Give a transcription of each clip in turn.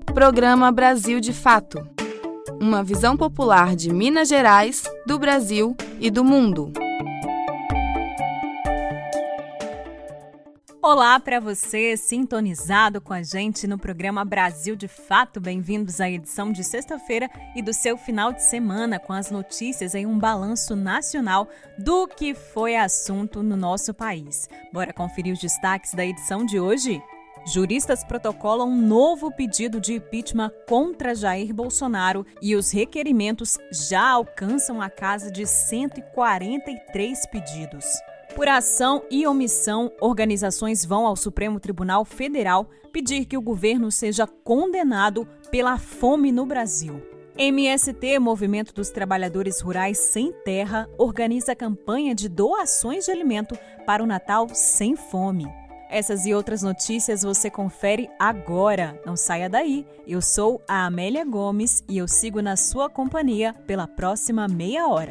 Programa Brasil de Fato. Uma visão popular de Minas Gerais, do Brasil e do mundo. Olá para você, sintonizado com a gente no programa Brasil de Fato. Bem-vindos à edição de sexta-feira e do seu final de semana com as notícias em um balanço nacional do que foi assunto no nosso país. Bora conferir os destaques da edição de hoje? Juristas protocolam um novo pedido de impeachment contra Jair Bolsonaro e os requerimentos já alcançam a casa de 143 pedidos. Por ação e omissão, organizações vão ao Supremo Tribunal Federal pedir que o governo seja condenado pela fome no Brasil. MST, Movimento dos Trabalhadores Rurais Sem Terra, organiza campanha de doações de alimento para o Natal sem fome. Essas e outras notícias você confere agora. Não saia daí. Eu sou a Amélia Gomes e eu sigo na sua companhia pela próxima meia hora.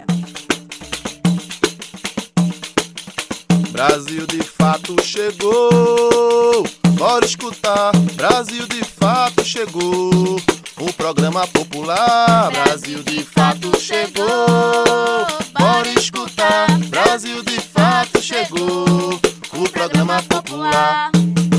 Brasil de fato chegou, bora escutar. Brasil de fato chegou, o programa popular. Brasil de fato chegou, bora escutar. Brasil de fato chegou, o programa popular.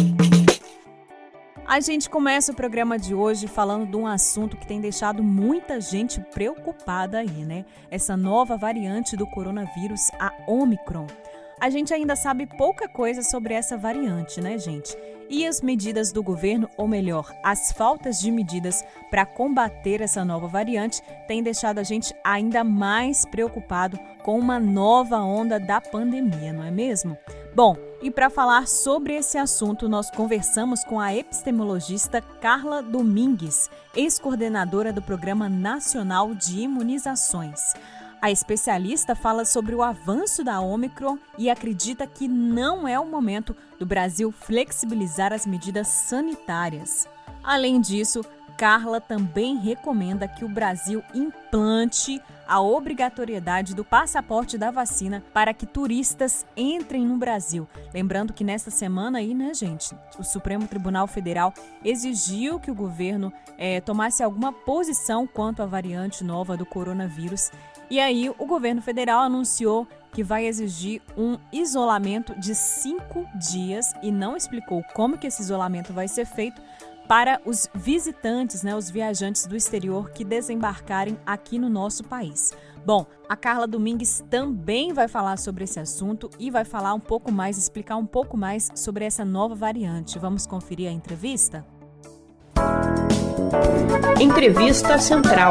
A gente começa o programa de hoje falando de um assunto que tem deixado muita gente preocupada aí, né? Essa nova variante do coronavírus, a Omicron. A gente ainda sabe pouca coisa sobre essa variante, né, gente? E as medidas do governo, ou melhor, as faltas de medidas para combater essa nova variante, têm deixado a gente ainda mais preocupado com uma nova onda da pandemia, não é mesmo? Bom, e para falar sobre esse assunto, nós conversamos com a epistemologista Carla Domingues, ex-coordenadora do Programa Nacional de Imunizações. A especialista fala sobre o avanço da Omicron e acredita que não é o momento do Brasil flexibilizar as medidas sanitárias. Além disso, Carla também recomenda que o Brasil implante a obrigatoriedade do passaporte da vacina para que turistas entrem no Brasil. Lembrando que nesta semana aí, né, gente, o Supremo Tribunal Federal exigiu que o governo tomasse alguma posição quanto à variante nova do coronavírus. E aí, o governo federal anunciou que vai exigir um isolamento de 5 dias e não explicou como que esse isolamento vai ser feito para os visitantes, né, os viajantes do exterior que desembarcarem aqui no nosso país. Bom, a Carla Domingues também vai falar sobre esse assunto e vai falar um pouco mais, explicar um pouco mais sobre essa nova variante. Vamos conferir a entrevista? Entrevista Central.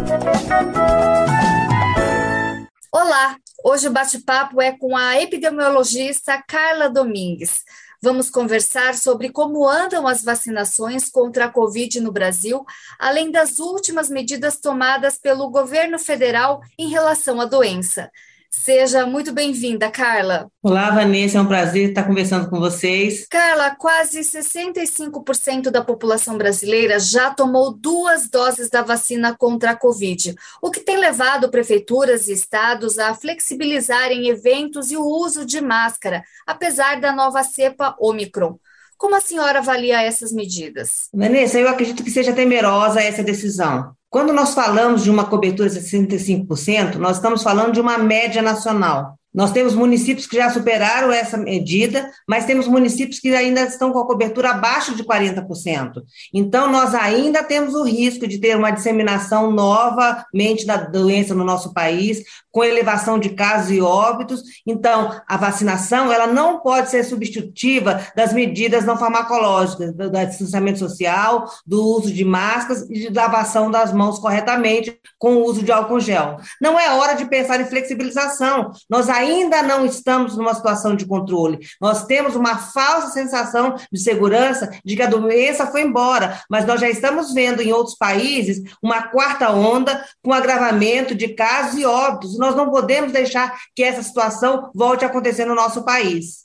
Olá, hoje o bate-papo é com a epidemiologista Carla Domingues. Vamos conversar sobre como andam as vacinações contra a Covid no Brasil, além das últimas medidas tomadas pelo governo federal em relação à doença. Seja muito bem-vinda, Carla. Olá, Vanessa, é um prazer estar conversando com vocês. Carla, quase 65% da população brasileira já tomou 2 doses da vacina contra a Covid, o que tem levado prefeituras e estados a flexibilizarem eventos e o uso de máscara, apesar da nova cepa Omicron. Como a senhora avalia essas medidas? Vanessa, eu acredito que seja temerosa essa decisão. Quando nós falamos de uma cobertura de 65%, nós estamos falando de uma média nacional. Nós temos municípios que já superaram essa medida, mas temos municípios que ainda estão com a cobertura abaixo de 40%. Então, nós ainda temos o risco de ter uma disseminação novamente da doença no nosso país, com elevação de casos e óbitos. Então, a vacinação ela não pode ser substitutiva das medidas não farmacológicas, do distanciamento social, do uso de máscaras e de lavação das mãos corretamente com o uso de álcool gel. Não é hora de pensar em flexibilização. Nós ainda não estamos numa situação de controle. Nós temos uma falsa sensação de segurança de que a doença foi embora, mas nós já estamos vendo em outros países uma quarta onda com agravamento de casos e óbitos. Nós não podemos deixar que essa situação volte a acontecer no nosso país.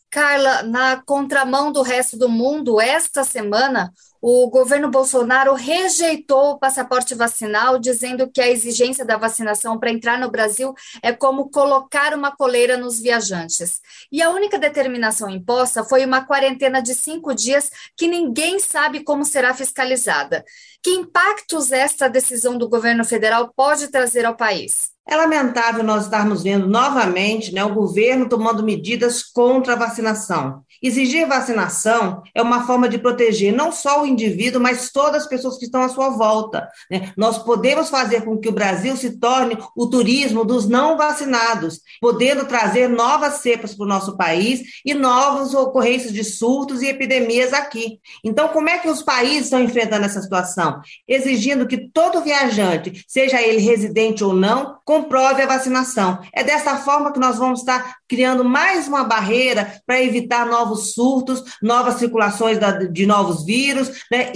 Carla, na contramão do resto do mundo, esta semana, o governo Bolsonaro rejeitou o passaporte vacinal, dizendo que a exigência da vacinação para entrar no Brasil é como colocar uma coleira nos viajantes. E a única determinação imposta foi uma quarentena de 5 dias que ninguém sabe como será fiscalizada. Que impactos esta decisão do governo federal pode trazer ao país? É lamentável nós estarmos vendo novamente, o governo tomando medidas contra a vacinação. Exigir vacinação é uma forma de proteger não só o indivíduo, mas todas as pessoas que estão à sua volta. Nós podemos fazer com que o Brasil se torne o turismo dos não vacinados, podendo trazer novas cepas para o nosso país e novas ocorrências de surtos e epidemias aqui. Então, como é que os países estão enfrentando essa situação? Exigindo que todo viajante, seja ele residente ou não, comprove a vacinação. É dessa forma que nós vamos estar criando mais uma barreira para evitar novos surtos, novas circulações de novos vírus,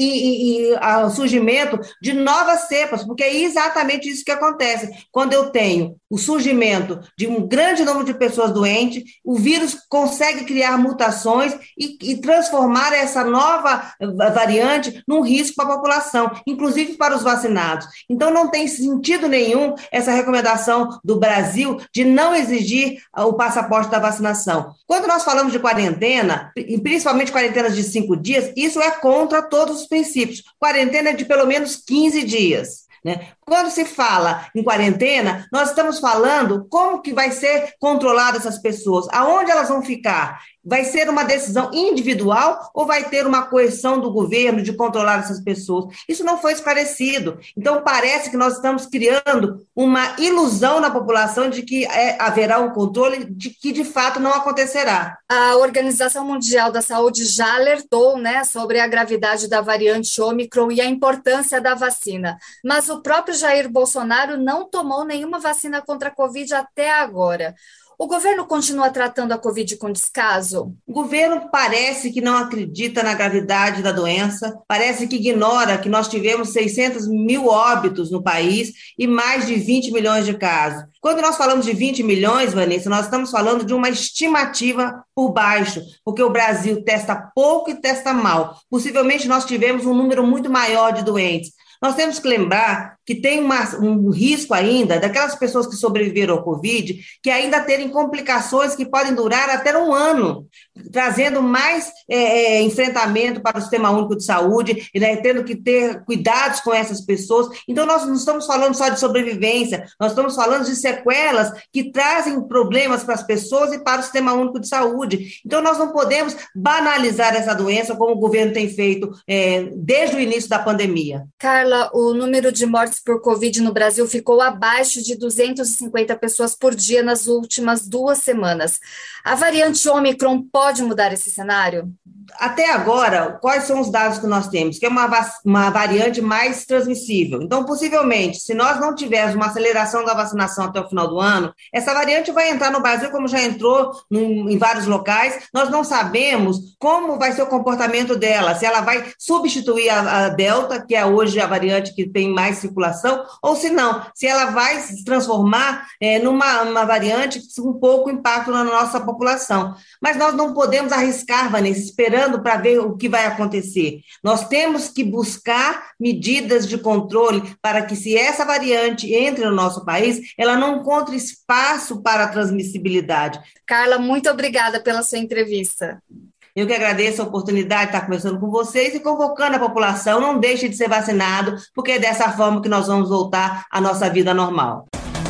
e o surgimento de novas cepas, porque é exatamente isso que acontece. Quando eu tenho o surgimento de um grande número de pessoas doentes, o vírus consegue criar mutações e transformar essa nova variante num risco para a população, inclusive para os vacinados. Então, não tem sentido nenhum essa recomendação do Brasil de não exigir o passaporte da vacinação. Quando nós falamos de quarentena, e principalmente quarentenas de 5 dias, isso é contra todos os princípios. Quarentena é de pelo menos 15 dias. Quando se fala em quarentena, nós estamos falando como que vai ser controlada essas pessoas, aonde elas vão ficar. Vai ser uma decisão individual ou vai ter uma coerção do governo de controlar essas pessoas? Isso não foi esclarecido. Então, parece que nós estamos criando uma ilusão na população de que haverá um controle de que, de fato, não acontecerá. A Organização Mundial da Saúde já alertou, sobre a gravidade da variante Ômicron e a importância da vacina. Mas o próprio Jair Bolsonaro não tomou nenhuma vacina contra a Covid até agora. O governo continua tratando a Covid com descaso? O governo parece que não acredita na gravidade da doença, parece que ignora que nós tivemos 600 mil óbitos no país e mais de 20 milhões de casos. Quando nós falamos de 20 milhões, Vanessa, nós estamos falando de uma estimativa por baixo, porque o Brasil testa pouco e testa mal. Possivelmente nós tivemos um número muito maior de doentes. Nós temos que lembrar que tem um risco ainda daquelas pessoas que sobreviveram ao Covid, que ainda terem complicações que podem durar até 1 ano, trazendo mais enfrentamento para o Sistema Único de Saúde, tendo que ter cuidados com essas pessoas. Então, nós não estamos falando só de sobrevivência, nós estamos falando de sequelas que trazem problemas para as pessoas e para o Sistema Único de Saúde. Então, nós não podemos banalizar essa doença como o governo tem feito desde o início da pandemia. Carla, o número de mortes por Covid no Brasil ficou abaixo de 250 pessoas por dia nas últimas 2 semanas. A variante Ômicron pode mudar esse cenário? Até agora, quais são os dados que nós temos? Que é uma variante mais transmissível. Então, possivelmente, se nós não tivermos uma aceleração da vacinação até o final do ano, essa variante vai entrar no Brasil como já entrou em vários locais. Nós não sabemos como vai ser o comportamento dela, se ela vai substituir a Delta, que é hoje a variante que tem mais circulação, ou se não, se ela vai se transformar numa variante com pouco impacto na nossa população. Mas nós não podemos arriscar, Vanessa, esperando para ver o que vai acontecer. Nós temos que buscar medidas de controle para que, se essa variante entre no nosso país, ela não encontre espaço para a transmissibilidade. Carla, muito obrigada pela sua entrevista. Eu que agradeço a oportunidade de estar conversando com vocês e convocando a população, não deixe de ser vacinado, porque é dessa forma que nós vamos voltar à nossa vida normal.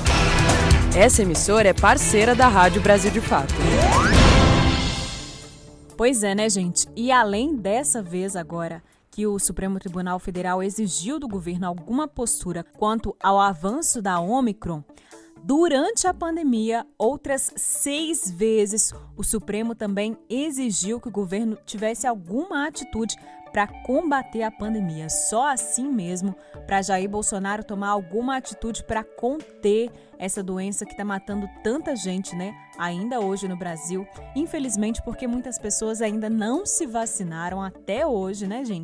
Essa emissora é parceira da Rádio Brasil de Fato. Pois é, né, gente? E além dessa vez agora que o Supremo Tribunal Federal exigiu do governo alguma postura quanto ao avanço da Ômicron, durante a pandemia, outras 6 vezes, o Supremo também exigiu que o governo tivesse alguma atitude para combater a pandemia. Só assim mesmo, para Jair Bolsonaro tomar alguma atitude para conter essa doença que está matando tanta gente, ainda hoje no Brasil. Infelizmente, porque muitas pessoas ainda não se vacinaram até hoje, gente?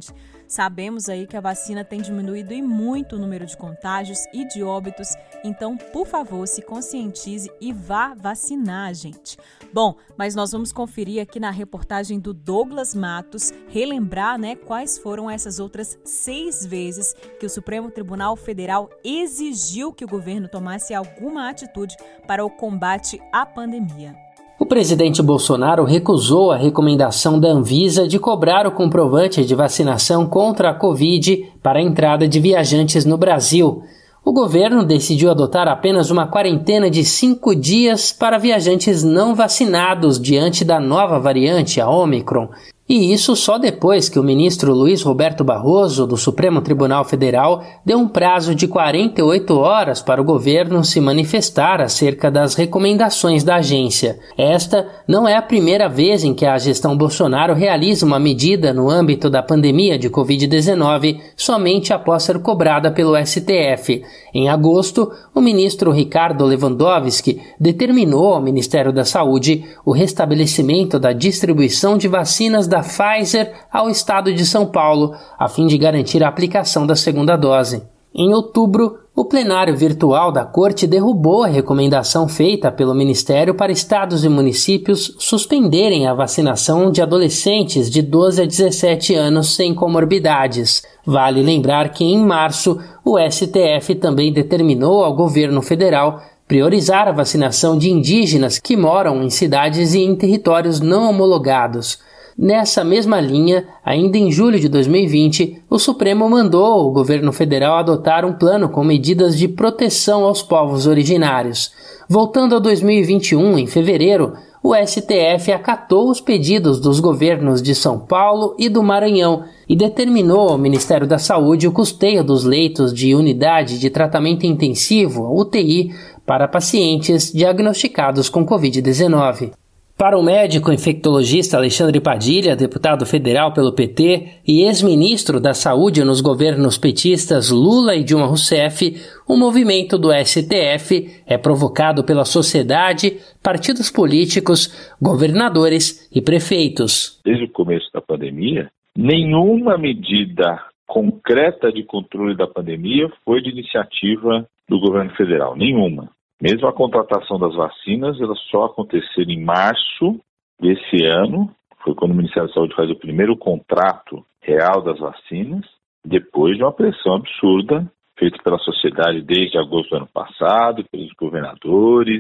Sabemos aí que a vacina tem diminuído e muito o número de contágios e de óbitos, então, por favor, se conscientize e vá vacinar, gente. Bom, mas nós vamos conferir aqui na reportagem do Douglas Matos, relembrar, quais foram essas outras 6 vezes que o Supremo Tribunal Federal exigiu que o governo tomasse alguma atitude para o combate à pandemia. O presidente Bolsonaro recusou a recomendação da Anvisa de cobrar o comprovante de vacinação contra a Covid para a entrada de viajantes no Brasil. O governo decidiu adotar apenas uma quarentena de 5 dias para viajantes não vacinados diante da nova variante, a Ômicron. E isso só depois que o ministro Luiz Roberto Barroso, do Supremo Tribunal Federal, deu um prazo de 48 horas para o governo se manifestar acerca das recomendações da agência. Esta não é a primeira vez em que a gestão Bolsonaro realiza uma medida no âmbito da pandemia de Covid-19 somente após ser cobrada pelo STF. Em agosto, o ministro Ricardo Lewandowski determinou ao Ministério da Saúde o restabelecimento da distribuição de vacinas da Pfizer ao estado de São Paulo, a fim de garantir a aplicação da segunda dose. Em outubro, o plenário virtual da Corte derrubou a recomendação feita pelo Ministério para estados e municípios suspenderem a vacinação de adolescentes de 12 a 17 anos sem comorbidades. Vale lembrar que, em março, o STF também determinou ao governo federal priorizar a vacinação de indígenas que moram em cidades e em territórios não homologados. Nessa mesma linha, ainda em julho de 2020, o Supremo mandou o governo federal adotar um plano com medidas de proteção aos povos originários. Voltando a 2021, em fevereiro, o STF acatou os pedidos dos governos de São Paulo e do Maranhão e determinou ao Ministério da Saúde o custeio dos leitos de unidade de tratamento intensivo, UTI, para pacientes diagnosticados com Covid-19. Para o médico infectologista Alexandre Padilha, deputado federal pelo PT e ex-ministro da Saúde nos governos petistas Lula e Dilma Rousseff, o movimento do STF é provocado pela sociedade, partidos políticos, governadores e prefeitos. Desde o começo da pandemia, nenhuma medida concreta de controle da pandemia foi de iniciativa do governo federal, nenhuma. Mesmo a contratação das vacinas, ela só aconteceu em março desse ano, foi quando o Ministério da Saúde faz o primeiro contrato real das vacinas, depois de uma pressão absurda feita pela sociedade desde agosto do ano passado, pelos governadores,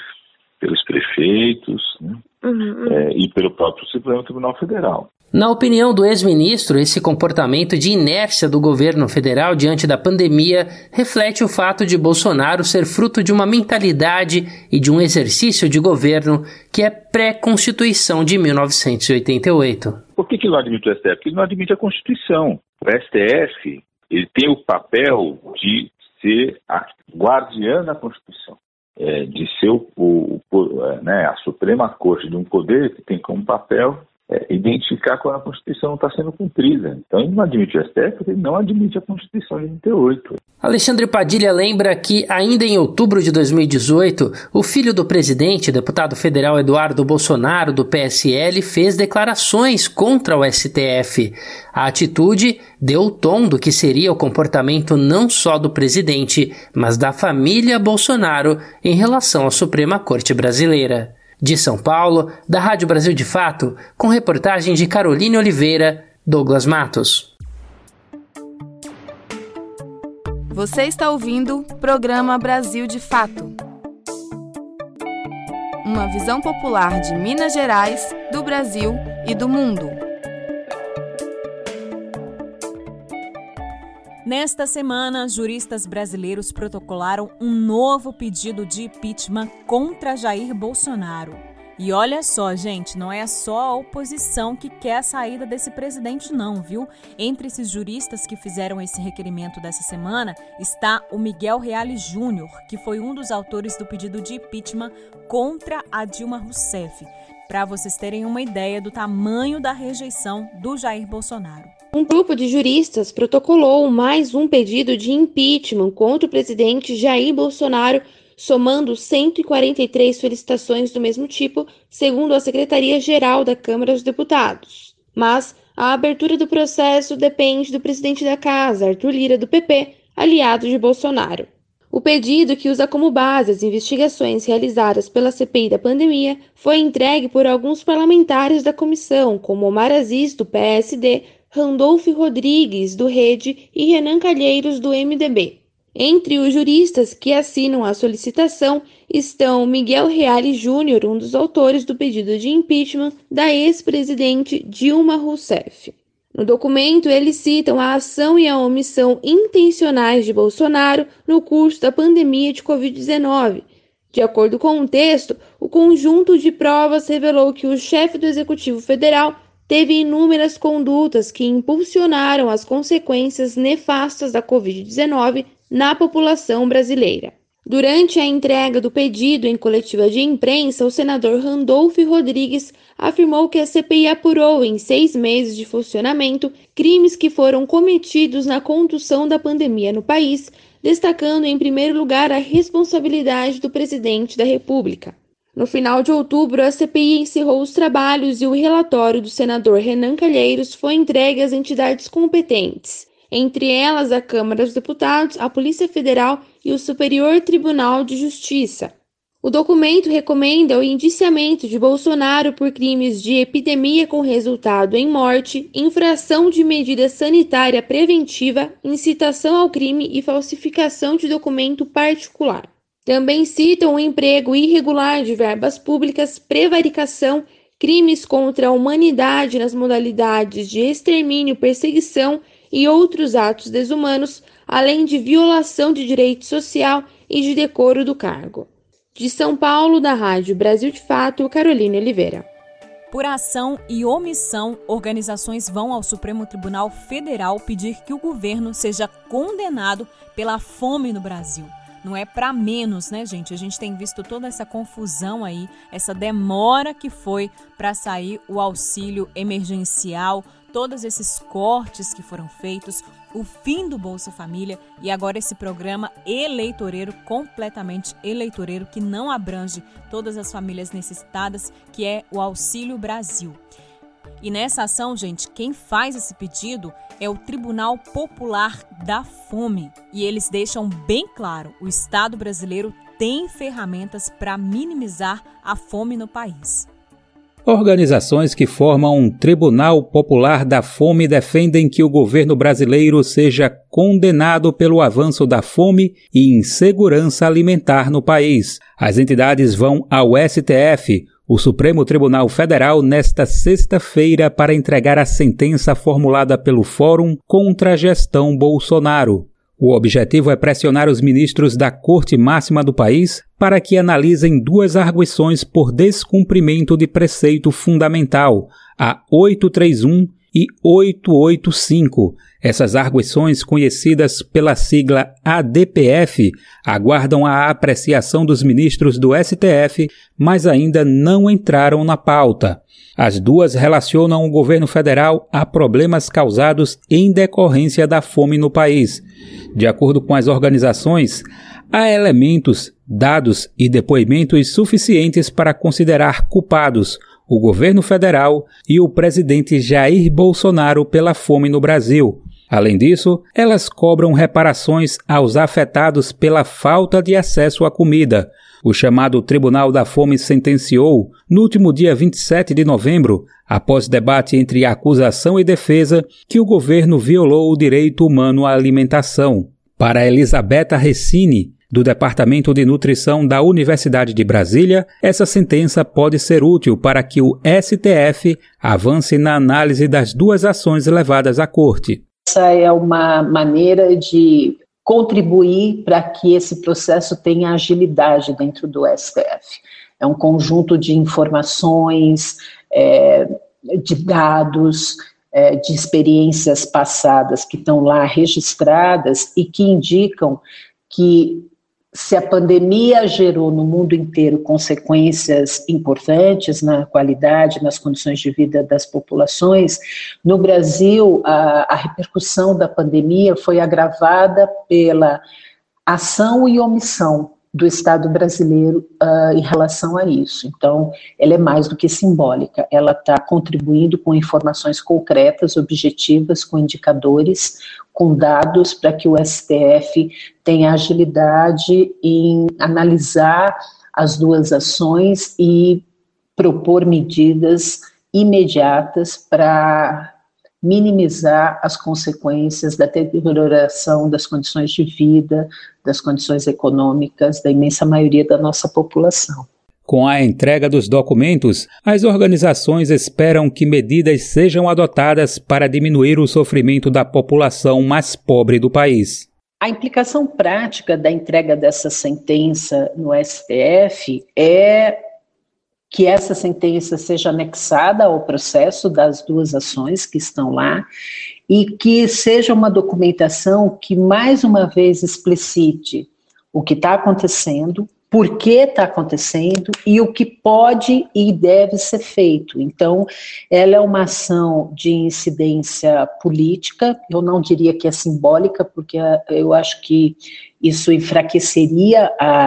pelos prefeitos, e pelo próprio Supremo Tribunal Federal. Na opinião do ex-ministro, esse comportamento de inércia do governo federal diante da pandemia reflete o fato de Bolsonaro ser fruto de uma mentalidade e de um exercício de governo que é pré-Constituição de 1988. Por que ele não admite o STF? Porque ele não admite a Constituição. O STF ele tem o papel de ser a guardiã da Constituição, de ser a Suprema Corte de um poder que tem como papel identificar quando a Constituição não está sendo cumprida. Então ele não admite o STF porque ele não admite a Constituição de 88. Alexandre Padilha lembra que, ainda em outubro de 2018, o filho do presidente, deputado federal Eduardo Bolsonaro, do PSL, fez declarações contra o STF. A atitude deu o tom do que seria o comportamento não só do presidente, mas da família Bolsonaro em relação à Suprema Corte Brasileira. De São Paulo, da Rádio Brasil de Fato, com reportagem de Caroline Oliveira, Douglas Matos. Você está ouvindo o programa Brasil de Fato. Uma visão popular de Minas Gerais, do Brasil e do mundo. Nesta semana, juristas brasileiros protocolaram um novo pedido de impeachment contra Jair Bolsonaro. E olha só, gente, não é só a oposição que quer a saída desse presidente não, viu? Entre esses juristas que fizeram esse requerimento dessa semana está o Miguel Reale Júnior, que foi um dos autores do pedido de impeachment contra a Dilma Rousseff. Para vocês terem uma ideia do tamanho da rejeição do Jair Bolsonaro. Um grupo de juristas protocolou mais um pedido de impeachment contra o presidente Jair Bolsonaro, somando 143 solicitações do mesmo tipo, segundo a Secretaria-Geral da Câmara dos Deputados. Mas a abertura do processo depende do presidente da Casa, Arthur Lira, do PP, aliado de Bolsonaro. O pedido, que usa como base as investigações realizadas pela CPI da pandemia, foi entregue por alguns parlamentares da comissão, como Omar Aziz, do PSD, Randolfo Rodrigues, do Rede, e Renan Calheiros, do MDB. Entre os juristas que assinam a solicitação estão Miguel Reale Júnior, um dos autores do pedido de impeachment da ex-presidente Dilma Rousseff. No documento, eles citam a ação e a omissão intencionais de Bolsonaro no curso da pandemia de Covid-19. De acordo com o texto, o conjunto de provas revelou que o chefe do Executivo Federal teve inúmeras condutas que impulsionaram as consequências nefastas da Covid-19 na população brasileira. Durante a entrega do pedido em coletiva de imprensa, o senador Randolfo Rodrigues afirmou que a CPI apurou, em 6 meses de funcionamento, crimes que foram cometidos na condução da pandemia no país, destacando em primeiro lugar a responsabilidade do presidente da República. No final de outubro, a CPI encerrou os trabalhos e o relatório do senador Renan Calheiros foi entregue às entidades competentes, entre elas a Câmara dos Deputados, a Polícia Federal e o Superior Tribunal de Justiça. O documento recomenda o indiciamento de Bolsonaro por crimes de epidemia com resultado em morte, infração de medida sanitária preventiva, incitação ao crime e falsificação de documento particular. Também citam o emprego irregular de verbas públicas, prevaricação, crimes contra a humanidade nas modalidades de extermínio, perseguição e outros atos desumanos, além de violação de direito social e de decoro do cargo. De São Paulo, da Rádio Brasil de Fato, Carolina Oliveira. Por ação e omissão, organizações vão ao Supremo Tribunal Federal pedir que o governo seja condenado pela fome no Brasil. Não é para menos, né, gente? A gente tem visto toda essa confusão aí, essa demora que foi para sair o auxílio emergencial, todos esses cortes que foram feitos, o fim do Bolsa Família e agora esse programa eleitoreiro, completamente eleitoreiro, que não abrange todas as famílias necessitadas, que é o Auxílio Brasil. E nessa ação, gente, quem faz esse pedido é o Tribunal Popular da Fome. E eles deixam bem claro, o Estado brasileiro tem ferramentas para minimizar a fome no país. Organizações que formam um Tribunal Popular da Fome defendem que o governo brasileiro seja condenado pelo avanço da fome e insegurança alimentar no país. As entidades vão ao STF, o Supremo Tribunal Federal, nesta sexta-feira para entregar a sentença formulada pelo Fórum contra a gestão Bolsonaro. O objetivo é pressionar os ministros da Corte Máxima do país para que analisem 2 arguições por descumprimento de preceito fundamental, a 831 e 885. Essas arguições, conhecidas pela sigla ADPF, aguardam a apreciação dos ministros do STF, mas ainda não entraram na pauta. As 2 relacionam o governo federal a problemas causados em decorrência da fome no país. De acordo com as organizações, há elementos, dados e depoimentos suficientes para considerar culpados o governo federal e o presidente Jair Bolsonaro pela fome no Brasil. Além disso, elas cobram reparações aos afetados pela falta de acesso à comida. O chamado Tribunal da Fome sentenciou, no último dia 27 de novembro, após debate entre acusação e defesa, que o governo violou o direito humano à alimentação. Para Elisabetta Recini, do Departamento de Nutrição da Universidade de Brasília, essa sentença pode ser útil para que o STF avance na análise das 2 ações levadas à Corte. Essa é uma maneira de contribuir para que esse processo tenha agilidade dentro do STF. É um conjunto de informações, de dados, de experiências passadas que estão lá registradas e que indicam que se a pandemia gerou no mundo inteiro consequências importantes na qualidade, nas condições de vida das populações, no Brasil a repercussão da pandemia foi agravada pela ação e omissão do Estado brasileiro em relação a isso. Então, ela é mais do que simbólica, ela está contribuindo com informações concretas, objetivas, com indicadores, com dados, para que o STF tenha agilidade em analisar as duas ações e propor medidas imediatas para minimizar as consequências da deterioração das condições de vida, das condições econômicas da imensa maioria da nossa população. Com a entrega dos documentos, as organizações esperam que medidas sejam adotadas para diminuir o sofrimento da população mais pobre do país. A implicação prática da entrega dessa sentença no STF é que essa sentença seja anexada ao processo das duas ações que estão lá e que seja uma documentação que, mais uma vez, explicite o que está acontecendo, por que está acontecendo e o que pode e deve ser feito. Então, ela é uma ação de incidência política, eu não diria que é simbólica, porque eu acho que isso enfraqueceria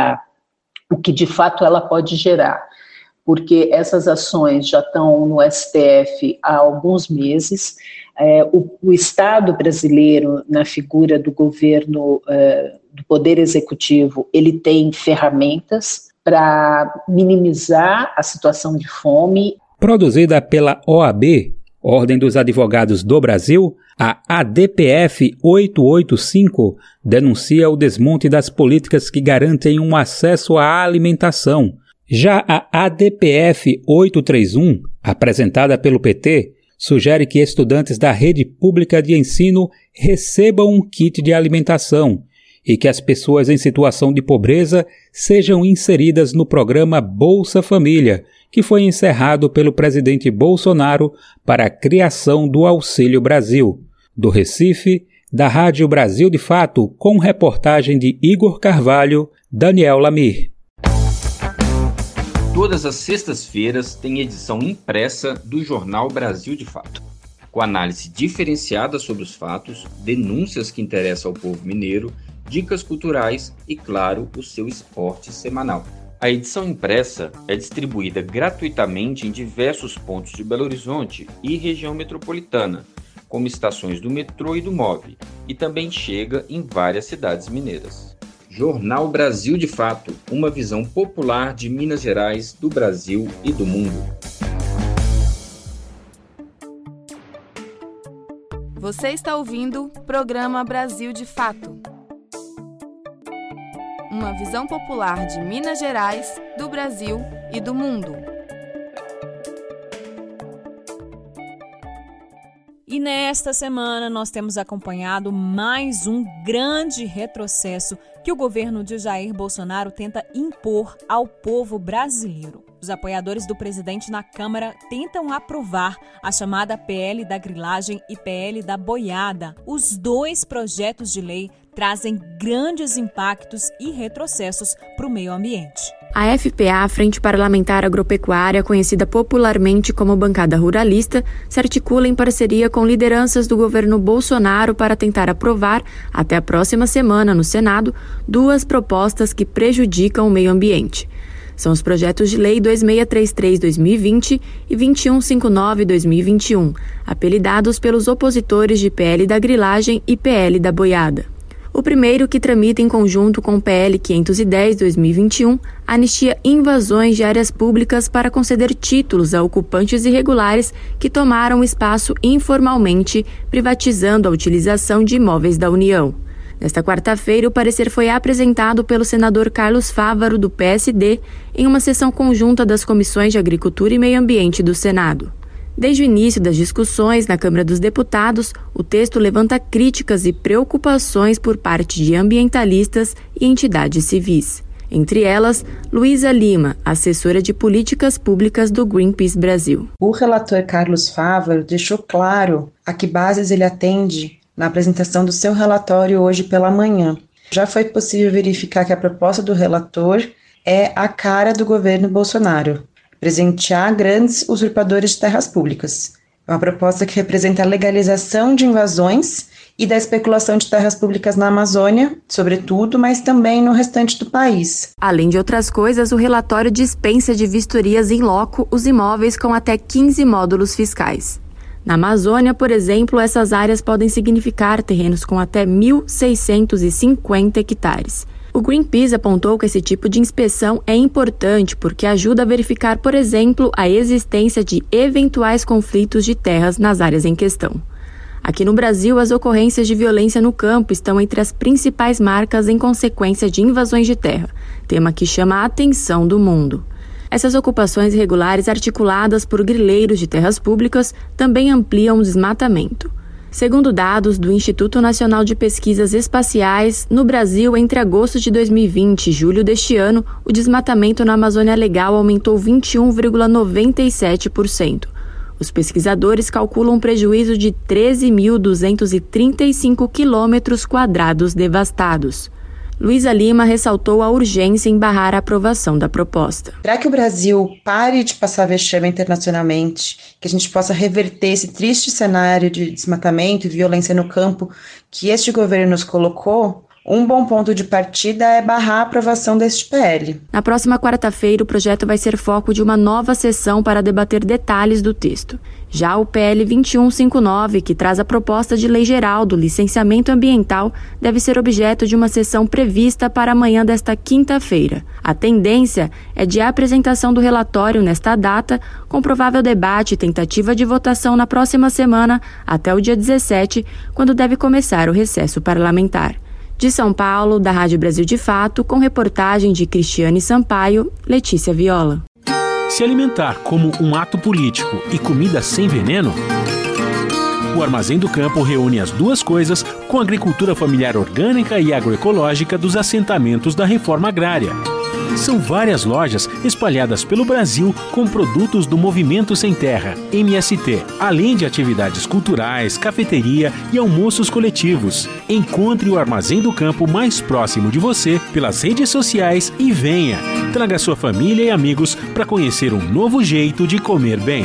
o que de fato ela pode gerar, porque essas ações já estão no STF há alguns meses. O Estado brasileiro, na figura do governo, do Poder Executivo, ele tem ferramentas para minimizar a situação de fome. Produzida pela OAB, Ordem dos Advogados do Brasil, a ADPF 885 denuncia o desmonte das políticas que garantem um acesso à alimentação. Já a ADPF 831, apresentada pelo PT, sugere que estudantes da rede pública de ensino recebam um kit de alimentação e que as pessoas em situação de pobreza sejam inseridas no programa Bolsa Família, que foi encerrado pelo presidente Bolsonaro para a criação do Auxílio Brasil. Do Recife, da Rádio Brasil de Fato, com reportagem de Igor Carvalho, Daniel Lamir. Todas as sextas-feiras tem edição impressa do jornal Brasil de Fato, com análise diferenciada sobre os fatos, denúncias que interessam ao povo mineiro, dicas culturais e, claro, o seu esporte semanal. A edição impressa é distribuída gratuitamente em diversos pontos de Belo Horizonte e região metropolitana, como estações do metrô e do MOV, e também chega em várias cidades mineiras. Jornal Brasil de Fato, uma visão popular de Minas Gerais, do Brasil e do mundo. Você está ouvindo o programa Brasil de Fato. Uma visão popular de Minas Gerais, do Brasil e do mundo. E nesta semana nós temos acompanhado mais um grande retrocesso que o governo de Jair Bolsonaro tenta impor ao povo brasileiro. Os apoiadores do presidente na Câmara tentam aprovar a chamada PL da grilagem e PL da boiada. Os dois projetos de lei trazem grandes impactos e retrocessos para o meio ambiente. A FPA, Frente Parlamentar Agropecuária, conhecida popularmente como Bancada Ruralista, se articula em parceria com lideranças do governo Bolsonaro para tentar aprovar, até a próxima semana no Senado, duas propostas que prejudicam o meio ambiente. São os projetos de lei 2633-2020 e 2159-2021, apelidados pelos opositores de PL da grilagem e PL da boiada. O primeiro, que tramita em conjunto com o PL 510-2021, anistia invasões de áreas públicas para conceder títulos a ocupantes irregulares que tomaram espaço informalmente, privatizando a utilização de imóveis da União. Nesta quarta-feira, o parecer foi apresentado pelo senador Carlos Fávaro, do PSD, em uma sessão conjunta das Comissões de Agricultura e Meio Ambiente do Senado. Desde o início das discussões na Câmara dos Deputados, o texto levanta críticas e preocupações por parte de ambientalistas e entidades civis. Entre elas, Luísa Lima, assessora de políticas públicas do Greenpeace Brasil. O relator Carlos Fávaro deixou claro a que bases ele atende na apresentação do seu relatório hoje pela manhã. Já foi possível verificar que a proposta do relator é a cara do governo Bolsonaro: presentear grandes usurpadores de terras públicas. É uma proposta que representa a legalização de invasões e da especulação de terras públicas na Amazônia, sobretudo, mas também no restante do país. Além de outras coisas, o relatório dispensa de vistorias in loco os imóveis com até 15 módulos fiscais. Na Amazônia, por exemplo, essas áreas podem significar terrenos com até 1.650 hectares. O Greenpeace apontou que esse tipo de inspeção é importante porque ajuda a verificar, por exemplo, a existência de eventuais conflitos de terras nas áreas em questão. Aqui no Brasil, as ocorrências de violência no campo estão entre as principais marcas em consequência de invasões de terra, tema que chama a atenção do mundo. Essas ocupações irregulares articuladas por grileiros de terras públicas também ampliam o desmatamento. Segundo dados do Instituto Nacional de Pesquisas Espaciais, no Brasil, entre agosto de 2020 e julho deste ano, o desmatamento na Amazônia Legal aumentou 21,97%. Os pesquisadores calculam um prejuízo de 13.235 quilômetros quadrados devastados. Luísa Lima ressaltou a urgência em barrar a aprovação da proposta. Para que o Brasil pare de passar vexame internacionalmente, que a gente possa reverter esse triste cenário de desmatamento e violência no campo que este governo nos colocou, um bom ponto de partida é barrar a aprovação deste PL. Na próxima quarta-feira, o projeto vai ser foco de uma nova sessão para debater detalhes do texto. Já o PL 2159, que traz a proposta de lei geral do licenciamento ambiental, deve ser objeto de uma sessão prevista para amanhã desta quinta-feira. A tendência é de apresentação do relatório nesta data, com provável debate e tentativa de votação na próxima semana, até o dia 17, quando deve começar o recesso parlamentar. De São Paulo, da Rádio Brasil de Fato, com reportagem de Cristiane Sampaio, Letícia Viola. Se alimentar como um ato político e comida sem veneno? O Armazém do Campo reúne as duas coisas com a agricultura familiar orgânica e agroecológica dos assentamentos da reforma agrária. São várias lojas espalhadas pelo Brasil com produtos do Movimento Sem Terra, MST, além de atividades culturais, cafeteria e almoços coletivos. Encontre o Armazém do Campo mais próximo de você pelas redes sociais e venha. Traga sua família e amigos para conhecer um novo jeito de comer bem.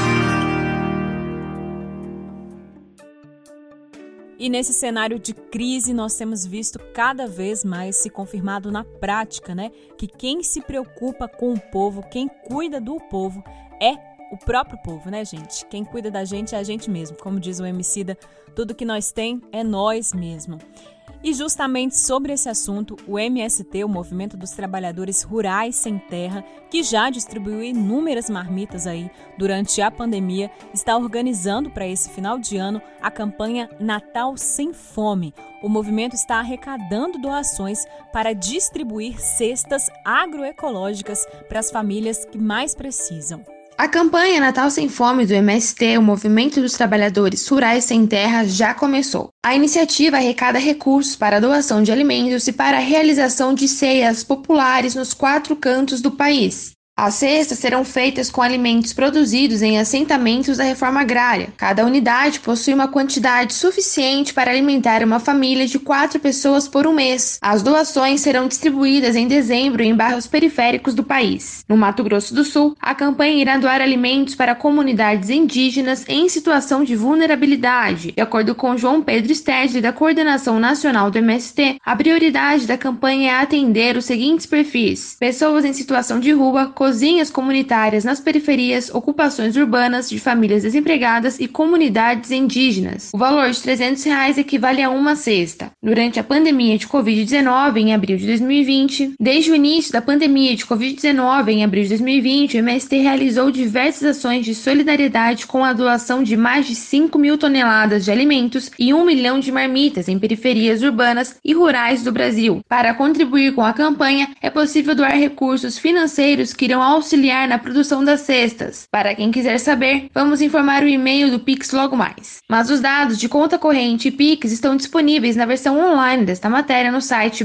E nesse cenário de crise, nós temos visto cada vez mais se confirmado na prática, né? Que quem se preocupa com o povo, quem cuida do povo, é o próprio povo, né, gente? Quem cuida da gente é a gente mesmo. Como diz o Emicida, tudo que nós tem é nós mesmo. E justamente sobre esse assunto, o MST, o Movimento dos Trabalhadores Rurais Sem Terra, que já distribuiu inúmeras marmitas aí durante a pandemia, está organizando para esse final de ano a campanha Natal Sem Fome. O movimento está arrecadando doações para distribuir cestas agroecológicas para as famílias que mais precisam. A campanha Natal Sem Fome do MST, o Movimento dos Trabalhadores Rurais Sem Terra, já começou. A iniciativa arrecada recursos para a doação de alimentos e para a realização de ceias populares nos 4 cantos do país. As cestas serão feitas com alimentos produzidos em assentamentos da reforma agrária. Cada unidade possui uma quantidade suficiente para alimentar uma família de 4 pessoas por um mês. As doações serão distribuídas em dezembro em bairros periféricos do país. No Mato Grosso do Sul, a campanha irá doar alimentos para comunidades indígenas em situação de vulnerabilidade. De acordo com João Pedro Stedley, da Coordenação Nacional do MST, a prioridade da campanha é atender os seguintes perfis: pessoas em situação de rua, cozinhas comunitárias nas periferias, ocupações urbanas de famílias desempregadas e comunidades indígenas. O valor de R$300 equivale a uma cesta. Durante a pandemia de Covid-19, em abril de 2020, desde o início da pandemia de Covid-19, em abril de 2020, o MST realizou diversas ações de solidariedade com a doação de mais de 5 mil toneladas de alimentos e 1 milhão de marmitas em periferias urbanas e rurais do Brasil. Para contribuir com a campanha, é possível doar recursos financeiros que irão auxiliar na produção das cestas. Para quem quiser saber, vamos informar o e-mail do Pix logo mais. Mas os dados de conta corrente e Pix estão disponíveis na versão online desta matéria no site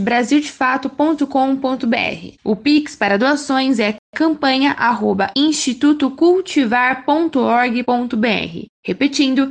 brasildefato.com.br. O Pix para doações é campanha@institutocultivar.org.br. Repetindo,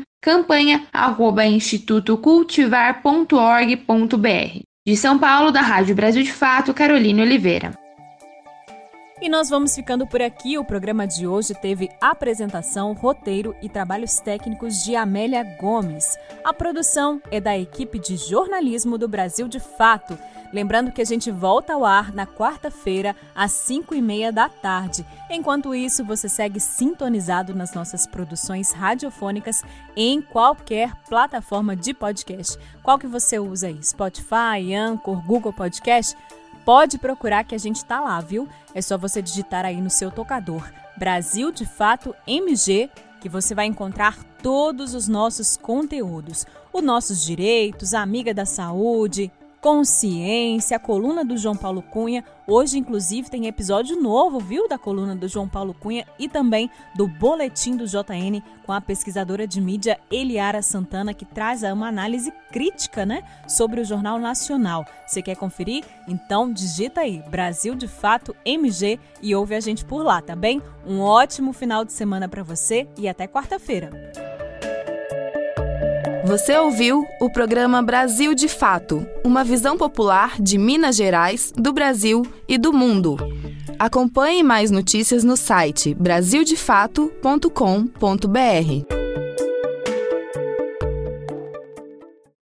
campanha@institutocultivar.org.br. De São Paulo, da Rádio Brasil de Fato, Carolina Oliveira. E nós vamos ficando por aqui. O programa de hoje teve apresentação, roteiro e trabalhos técnicos de Amélia Gomes. A produção é da equipe de jornalismo do Brasil de Fato. Lembrando que a gente volta ao ar na quarta-feira, às 5h30 da tarde. Enquanto isso, você segue sintonizado nas nossas produções radiofônicas em qualquer plataforma de podcast. Qual que você usa aí? Spotify, Anchor, Google Podcast? Pode procurar que a gente está lá, viu? É só você digitar aí no seu tocador Brasil de Fato MG, que você vai encontrar todos os nossos conteúdos. Os nossos direitos, a Amiga da Saúde, Consciência, a coluna do João Paulo Cunha. Hoje, inclusive, tem episódio novo, viu? Da coluna do João Paulo Cunha e também do Boletim do JN com a pesquisadora de mídia Eliara Santana, que traz uma análise crítica, né, sobre o Jornal Nacional. Você quer conferir? Então, digita aí, Brasil de Fato MG e ouve a gente por lá, tá bem? Um ótimo final de semana para você e até quarta-feira. Você ouviu o programa Brasil de Fato, uma visão popular de Minas Gerais, do Brasil e do mundo. Acompanhe mais notícias no site brasildefato.com.br.